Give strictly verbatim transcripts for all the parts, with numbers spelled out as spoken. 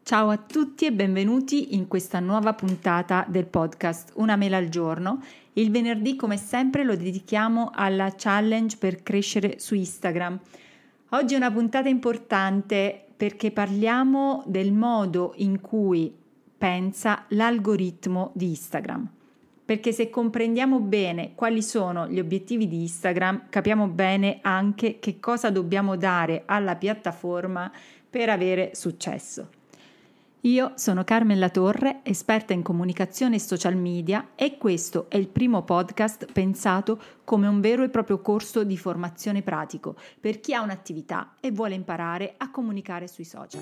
Ciao a tutti e benvenuti in questa nuova puntata del podcast Una mela al giorno. Il venerdì, come sempre, lo dedichiamo alla challenge per crescere su Instagram. Oggi è una puntata importante perché parliamo del modo in cui pensa l'algoritmo di Instagram. Perché se comprendiamo bene quali sono gli obiettivi di Instagram, capiamo bene anche che cosa dobbiamo dare alla piattaforma per avere successo. Io sono Carmen Latorre, esperta in comunicazione e social media, e questo è il primo podcast pensato come un vero e proprio corso di formazione pratico per chi ha un'attività e vuole imparare a comunicare sui social.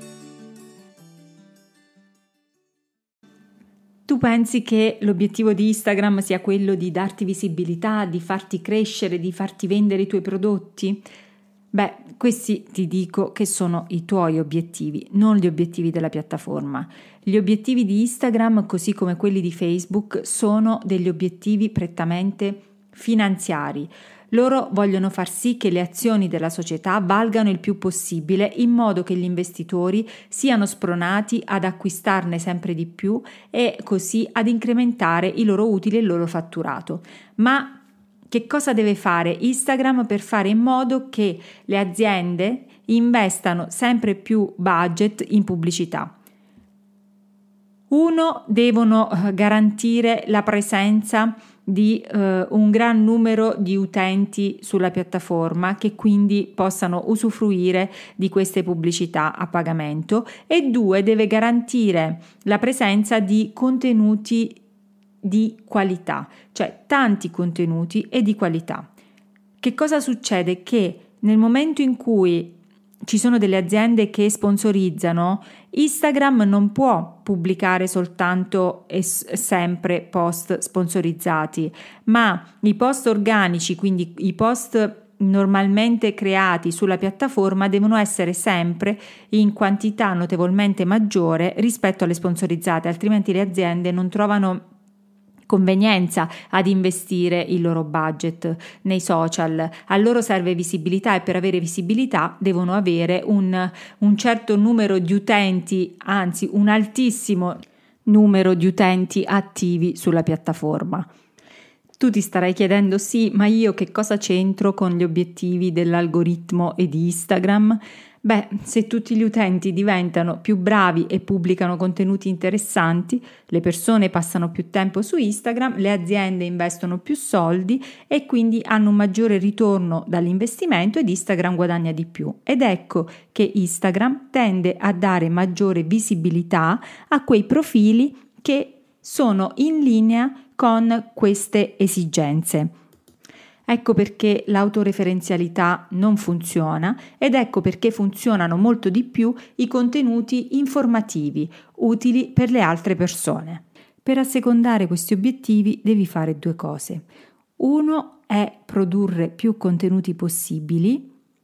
Tu pensi che l'obiettivo di Instagram sia quello di darti visibilità, di farti crescere, di farti vendere i tuoi prodotti? Beh, questi ti dico che sono i tuoi obiettivi, non gli obiettivi della piattaforma. Gli obiettivi di Instagram, così come quelli di Facebook, sono degli obiettivi prettamente finanziari. Loro vogliono far sì che le azioni della società valgano il più possibile, in modo che gli investitori siano spronati ad acquistarne sempre di più e così ad incrementare i loro utili e il loro fatturato. Ma che cosa deve fare Instagram per fare in modo che le aziende investano sempre più budget in pubblicità? Uno, devono garantire la presenza di eh, un gran numero di utenti sulla piattaforma che quindi possano usufruire di queste pubblicità a pagamento, e due, deve garantire la presenza di contenuti di qualità, cioè tanti contenuti e di qualità. Che cosa succede? Che nel momento in cui ci sono delle aziende che sponsorizzano, Instagram non può pubblicare soltanto e sempre post sponsorizzati, ma i post organici, quindi i post normalmente creati sulla piattaforma, devono essere sempre in quantità notevolmente maggiore rispetto alle sponsorizzate, altrimenti le aziende non trovano convenienza ad investire il loro budget nei social. A loro serve visibilità e per avere visibilità devono avere un, un certo numero di utenti, anzi un altissimo numero di utenti attivi sulla piattaforma. Tu ti starai chiedendo: sì, ma io che cosa c'entro con gli obiettivi dell'algoritmo e di Instagram? Beh, se tutti gli utenti diventano più bravi e pubblicano contenuti interessanti, le persone passano più tempo su Instagram, le aziende investono più soldi e quindi hanno un maggiore ritorno dall'investimento ed Instagram guadagna di più. Ed ecco che Instagram tende a dare maggiore visibilità a quei profili che sono in linea con queste esigenze. Ecco perché l'autoreferenzialità non funziona ed ecco perché funzionano molto di più i contenuti informativi, utili per le altre persone. Per assecondare questi obiettivi devi fare due cose. Uno è produrre più contenuti possibili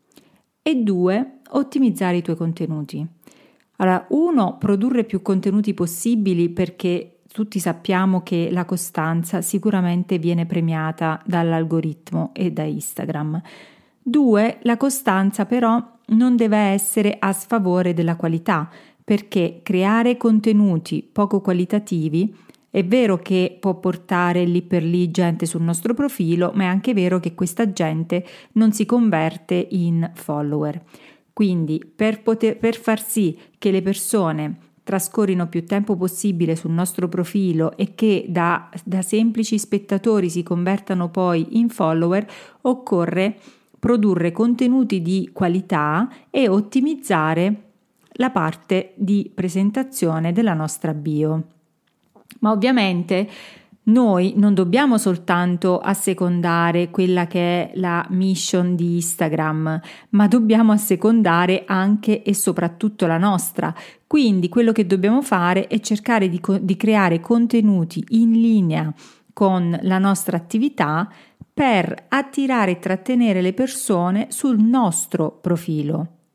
e due, ottimizzare i tuoi contenuti. Allora, uno, produrre più contenuti possibili perché tutti sappiamo che la costanza sicuramente viene premiata dall'algoritmo e da Instagram. Due, la costanza però non deve essere a sfavore della qualità, perché creare contenuti poco qualitativi è vero che può portare lì per lì gente sul nostro profilo, ma è anche vero che questa gente non si converte in follower. Quindi per poter, per far sì che le persone trascorrino più tempo possibile sul nostro profilo e che da, da semplici spettatori si convertano poi in follower, occorre produrre contenuti di qualità e ottimizzare la parte di presentazione della nostra bio. Ma ovviamente noi non dobbiamo soltanto assecondare quella che è la mission di Instagram, ma dobbiamo assecondare anche e soprattutto la nostra. Quindi quello che dobbiamo fare è cercare di, co- di creare contenuti in linea con la nostra attività per attirare e trattenere le persone sul nostro profilo.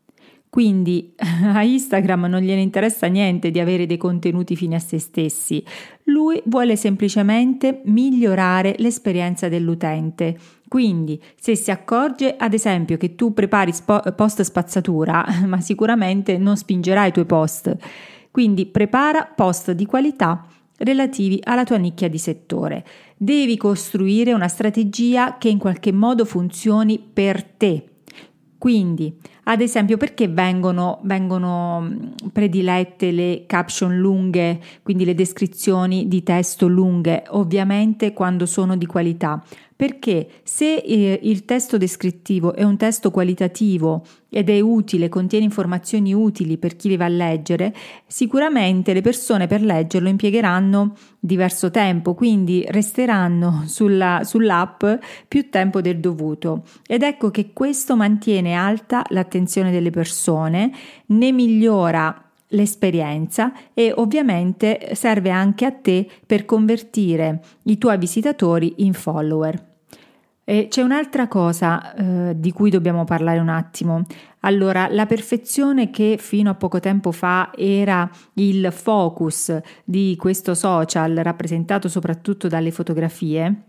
Quindi a Instagram non gliene interessa niente di avere dei contenuti fini a se stessi, lui vuole semplicemente migliorare l'esperienza dell'utente. Quindi se si accorge ad esempio che tu prepari spo- post spazzatura, ma sicuramente non spingerà i tuoi post. Quindi prepara post di qualità relativi alla tua nicchia di settore. Devi costruire una strategia che in qualche modo funzioni per te. Quindi, ad esempio, perché vengono, vengono predilette le caption lunghe, quindi le descrizioni di testo lunghe, ovviamente quando sono di qualità? Perché se eh, il testo descrittivo è un testo qualitativo ed è utile, contiene informazioni utili per chi li va a leggere, sicuramente le persone per leggerlo impiegheranno diverso tempo, quindi resteranno sulla, sull'app più tempo del dovuto. Ed ecco che questo mantiene alta l'attenzione delle persone, ne migliora l'esperienza e ovviamente serve anche a te per convertire i tuoi visitatori in follower. E c'è un'altra cosa eh, di cui dobbiamo parlare un attimo. Allora, la perfezione che fino a poco tempo fa era il focus di questo social, rappresentato soprattutto dalle fotografie,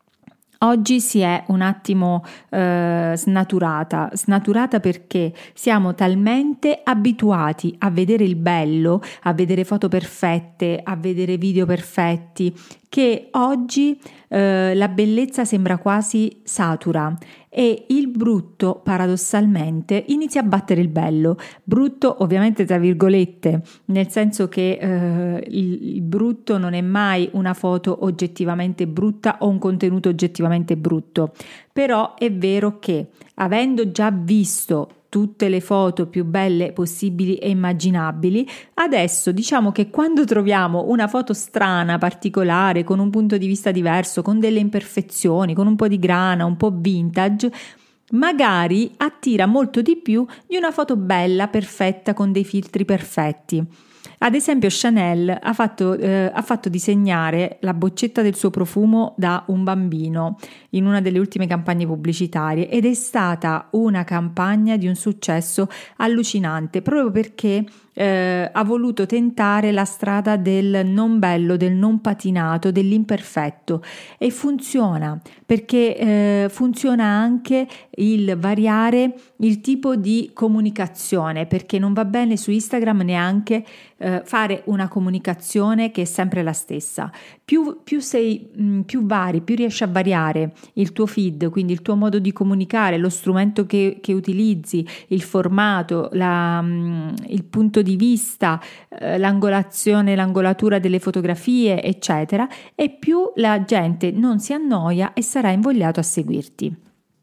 oggi si è un attimo eh, snaturata, snaturata perché siamo talmente abituati a vedere il bello, a vedere foto perfette, a vedere video perfetti, che oggi eh, la bellezza sembra quasi satura e il brutto paradossalmente inizia a battere il bello. Brutto ovviamente tra virgolette, nel senso che eh, il, il brutto non è mai una foto oggettivamente brutta o un contenuto oggettivamente brutto, però è vero che avendo già visto tutte le foto più belle possibili e immaginabili, adesso diciamo che quando troviamo una foto strana, particolare, con un punto di vista diverso, con delle imperfezioni, con un po' di grana, un po' vintage, magari attira molto di più di una foto bella, perfetta, con dei filtri perfetti. Ad esempio Chanel ha fatto, eh, ha fatto disegnare la boccetta del suo profumo da un bambino in una delle ultime campagne pubblicitarie ed è stata una campagna di un successo allucinante proprio perché eh, ha voluto tentare la strada del non bello, del non patinato, dell'imperfetto e funziona perché eh, funziona anche il variare il tipo di comunicazione, perché non va bene su Instagram neanche eh, fare una comunicazione che è sempre la stessa. Più, più sei mh, più vari, più riesci a variare il tuo feed, quindi il tuo modo di comunicare, lo strumento che, che utilizzi, il formato, la, mh, il punto di vista, eh, l'angolazione, l'angolatura delle fotografie, eccetera, e più la gente non si annoia e sarà invogliato a seguirti.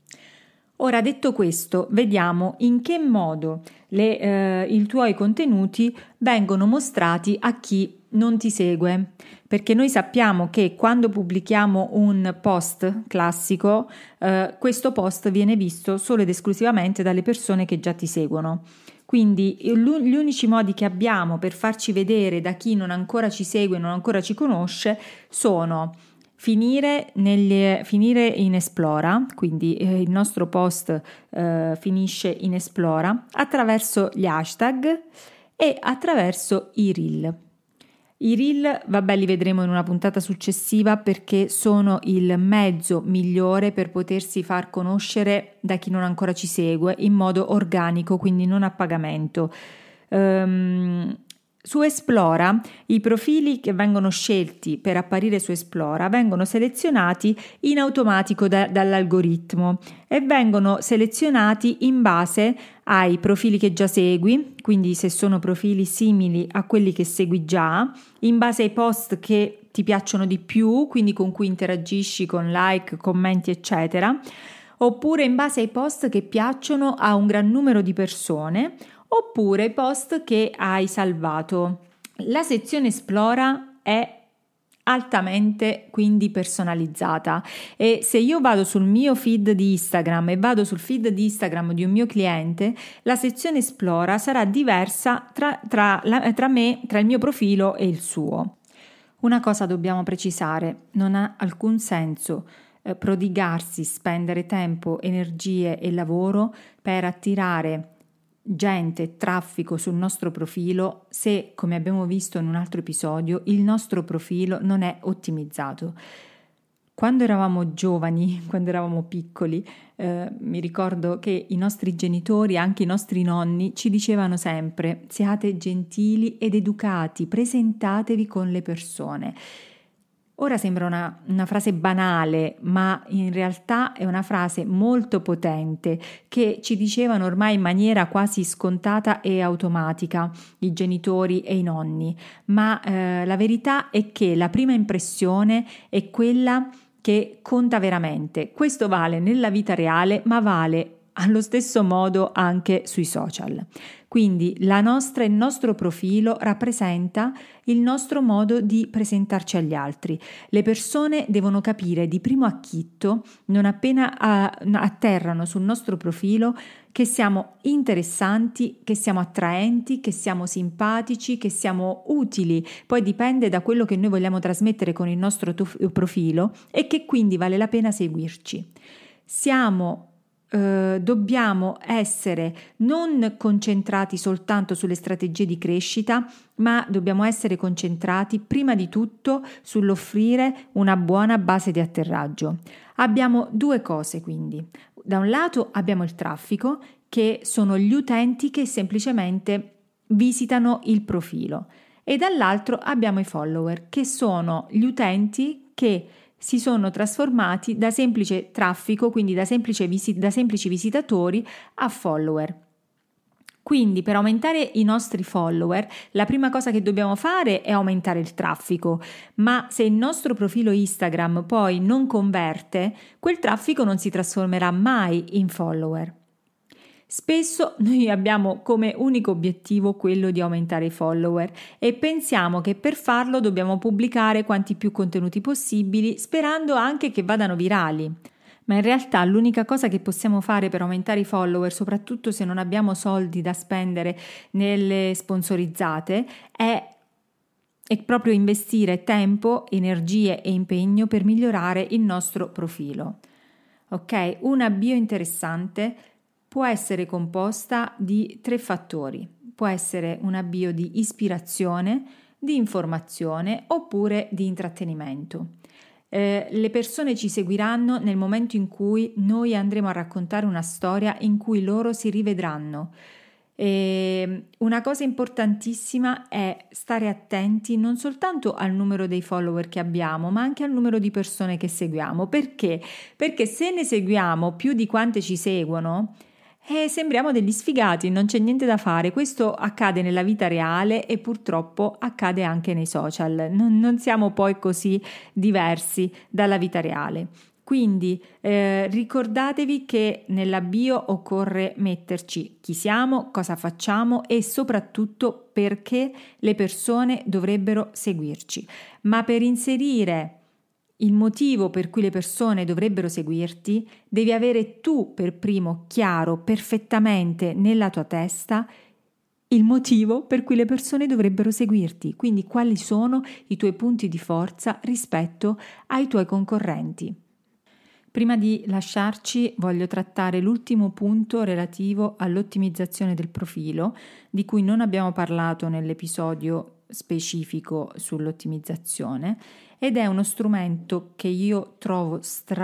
Ora, detto questo, vediamo in che modo le, eh, i tuoi contenuti vengono mostrati a chi non ti segue, perché noi sappiamo che quando pubblichiamo un post classico, eh, questo post viene visto solo ed esclusivamente dalle persone che già ti seguono. Quindi gli unici modi che abbiamo per farci vedere da chi non ancora ci segue, non ancora ci conosce, sono Finire, negli, finire in Esplora, quindi eh, il nostro post eh, finisce in Esplora attraverso gli hashtag e attraverso i reel. I reel, vabbè, li vedremo in una puntata successiva perché sono il mezzo migliore per potersi far conoscere da chi non ancora ci segue in modo organico, quindi non a pagamento. Um, Su Esplora, i profili che vengono scelti per apparire su Esplora vengono selezionati in automatico da, dall'algoritmo e vengono selezionati in base ai profili che già segui, quindi se sono profili simili a quelli che segui già, in base ai post che ti piacciono di più, quindi con cui interagisci con like, commenti, eccetera, oppure in base ai post che piacciono a un gran numero di persone, oppure i post che hai salvato. La sezione Esplora è altamente quindi personalizzata e se io vado sul mio feed di Instagram e vado sul feed di Instagram di un mio cliente, la sezione Esplora sarà diversa tra, tra, la, tra me, tra il mio profilo e il suo. Una cosa dobbiamo precisare, non ha alcun senso eh, prodigarsi, spendere tempo, energie e lavoro per attirare gente, traffico sul nostro profilo se, come abbiamo visto in un altro episodio, il nostro profilo non è ottimizzato. Quando eravamo giovani, quando eravamo piccoli, eh, mi ricordo che i nostri genitori, anche i nostri nonni, ci dicevano sempre: siate gentili ed educati, presentatevi con le persone. Ora sembra una, una frase banale, ma in realtà è una frase molto potente che ci dicevano ormai in maniera quasi scontata e automatica i genitori e i nonni. Ma eh, la verità è che la prima impressione è quella che conta veramente. Questo vale nella vita reale, ma vale allo stesso modo anche sui social. Quindi la nostra, il nostro profilo rappresenta il nostro modo di presentarci agli altri. Le persone devono capire di primo acchitto, non appena atterrano sul nostro profilo, che siamo interessanti, che siamo attraenti, che siamo simpatici, che siamo utili. Poi dipende da quello che noi vogliamo trasmettere con il nostro profilo e che quindi vale la pena seguirci. Siamo Uh, dobbiamo essere non concentrati soltanto sulle strategie di crescita, ma dobbiamo essere concentrati prima di tutto sull'offrire una buona base di atterraggio. Abbiamo due cose quindi. Da un lato abbiamo il traffico, che sono gli utenti che semplicemente visitano il profilo, e dall'altro abbiamo i follower, che sono gli utenti che si sono trasformati da semplice traffico, quindi da, semplice visi- da semplici visitatori a follower. Quindi per aumentare i nostri follower la prima cosa che dobbiamo fare è aumentare il traffico, ma se il nostro profilo Instagram poi non converte, quel traffico non si trasformerà mai in follower. Spesso noi abbiamo come unico obiettivo quello di aumentare i follower e pensiamo che per farlo dobbiamo pubblicare quanti più contenuti possibili, sperando anche che vadano virali. Ma in realtà l'unica cosa che possiamo fare per aumentare i follower, soprattutto se non abbiamo soldi da spendere nelle sponsorizzate, è, è proprio investire tempo, energie e impegno per migliorare il nostro profilo. Ok? Una bio interessante può essere composta di tre fattori. Può essere una bio di ispirazione, di informazione oppure di intrattenimento. Eh, le persone ci seguiranno nel momento in cui noi andremo a raccontare una storia in cui loro si rivedranno. E una cosa importantissima è stare attenti non soltanto al numero dei follower che abbiamo, ma anche al numero di persone che seguiamo. Perché? Perché se ne seguiamo più di quante ci seguono, e sembriamo degli sfigati, non c'è niente da fare. Questo accade nella vita reale e purtroppo accade anche nei social. Non, non siamo poi così diversi dalla vita reale. Quindi eh, ricordatevi che nella bio occorre metterci chi siamo, cosa facciamo e soprattutto perché le persone dovrebbero seguirci. Ma per inserire il motivo per cui le persone dovrebbero seguirti, devi avere tu per primo chiaro perfettamente nella tua testa il motivo per cui le persone dovrebbero seguirti, quindi quali sono i tuoi punti di forza rispetto ai tuoi concorrenti. Prima di lasciarci voglio trattare l'ultimo punto relativo all'ottimizzazione del profilo, di cui non abbiamo parlato nell'episodio specifico sull'ottimizzazione, ed è uno strumento che io trovo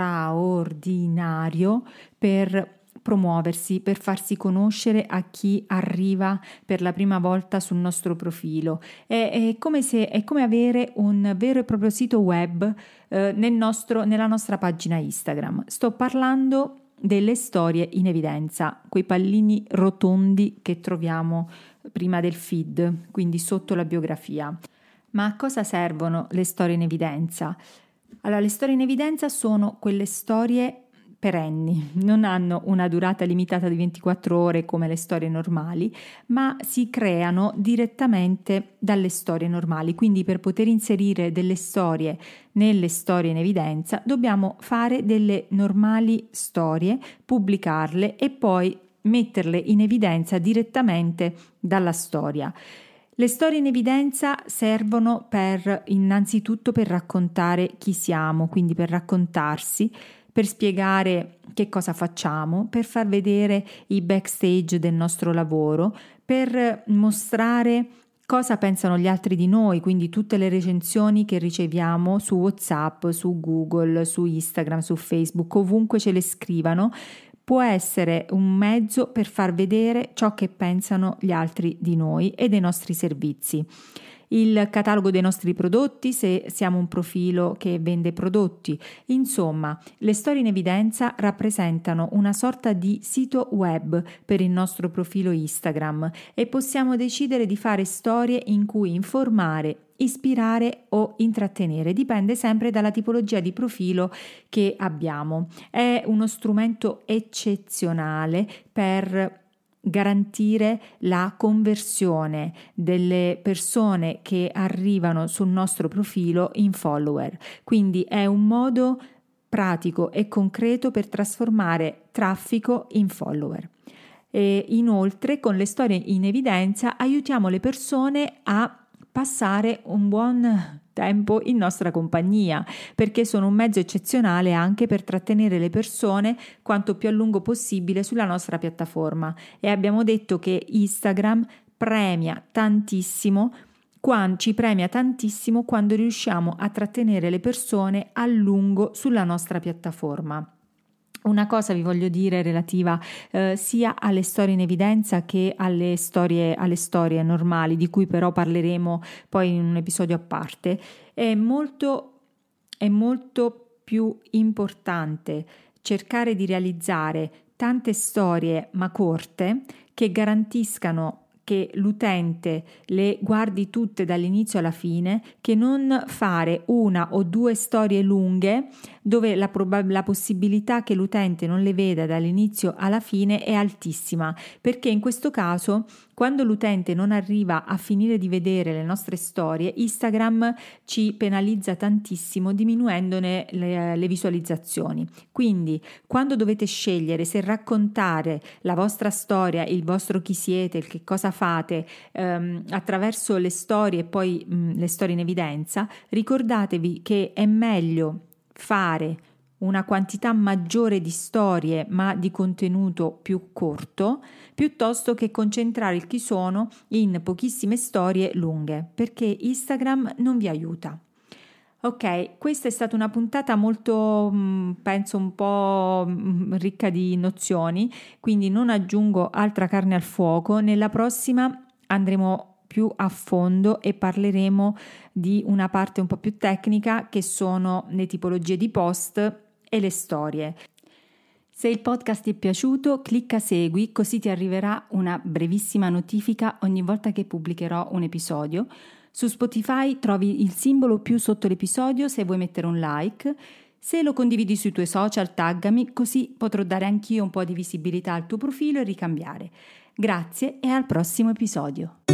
straordinario per promuoversi, per farsi conoscere a chi arriva per la prima volta sul nostro profilo. È, è come se è come avere un vero e proprio sito web eh, nel nostro, nella nostra pagina Instagram. Sto parlando delle storie in evidenza, quei pallini rotondi che troviamo prima del feed, quindi sotto la biografia. Ma a cosa servono le storie in evidenza? Allora, le storie in evidenza sono quelle storie perenni, non hanno una durata limitata di ventiquattro ore come le storie normali, ma si creano direttamente dalle storie normali. Quindi per poter inserire delle storie nelle storie in evidenza dobbiamo fare delle normali storie, pubblicarle e poi metterle in evidenza direttamente dalla storia. Le storie in evidenza servono per innanzitutto per raccontare chi siamo, quindi per raccontarsi, per spiegare che cosa facciamo, per far vedere i backstage del nostro lavoro, per mostrare cosa pensano gli altri di noi, quindi tutte le recensioni che riceviamo su WhatsApp, su Google, su Instagram, su Facebook, ovunque ce le scrivano, può essere un mezzo per far vedere ciò che pensano gli altri di noi e dei nostri servizi. Il catalogo dei nostri prodotti, se siamo un profilo che vende prodotti. Insomma, le storie in evidenza rappresentano una sorta di sito web per il nostro profilo Instagram e possiamo decidere di fare storie in cui informare, ispirare o intrattenere, dipende sempre dalla tipologia di profilo che abbiamo. È uno strumento eccezionale per garantire la conversione delle persone che arrivano sul nostro profilo in follower. Quindi è un modo pratico e concreto per trasformare traffico in follower. E inoltre, con le storie in evidenza aiutiamo le persone a passare un buon tempo in nostra compagnia, perché sono un mezzo eccezionale anche per trattenere le persone quanto più a lungo possibile sulla nostra piattaforma. E abbiamo detto che Instagram premia tantissimo, quando ci premia tantissimo quando riusciamo a trattenere le persone a lungo sulla nostra piattaforma. Una cosa vi voglio dire relativa eh, sia alle storie in evidenza che alle storie, alle storie normali, di cui però parleremo poi in un episodio a parte. È molto, è molto più importante cercare di realizzare tante storie ma corte che garantiscano che l'utente le guardi tutte dall'inizio alla fine, che non fare una o due storie lunghe dove la, prob- la possibilità che l'utente non le veda dall'inizio alla fine è altissima, perché in questo caso quando l'utente non arriva a finire di vedere le nostre storie, Instagram ci penalizza tantissimo diminuendone le, le visualizzazioni. Quindi quando dovete scegliere se raccontare la vostra storia, il vostro chi siete, il che cosa fate ehm, attraverso le storie e poi mh, le storie in evidenza, ricordatevi che è meglio fare una quantità maggiore di storie ma di contenuto più corto piuttosto che concentrare il chi sono in pochissime storie lunghe, perché Instagram non vi aiuta. Ok, questa è stata una puntata molto, penso, un po' ricca di nozioni, quindi non aggiungo altra carne al fuoco. Nella prossima andremo più a fondo e parleremo di una parte un po' più tecnica che sono le tipologie di post e le storie. Se il podcast ti è piaciuto, clicca segui, così ti arriverà una brevissima notifica ogni volta che pubblicherò un episodio. Su Spotify trovi il simbolo più sotto l'episodio se vuoi mettere un like. Se lo condividi sui tuoi social, taggami, così potrò dare anch'io un po' di visibilità al tuo profilo e ricambiare. Grazie e al prossimo episodio.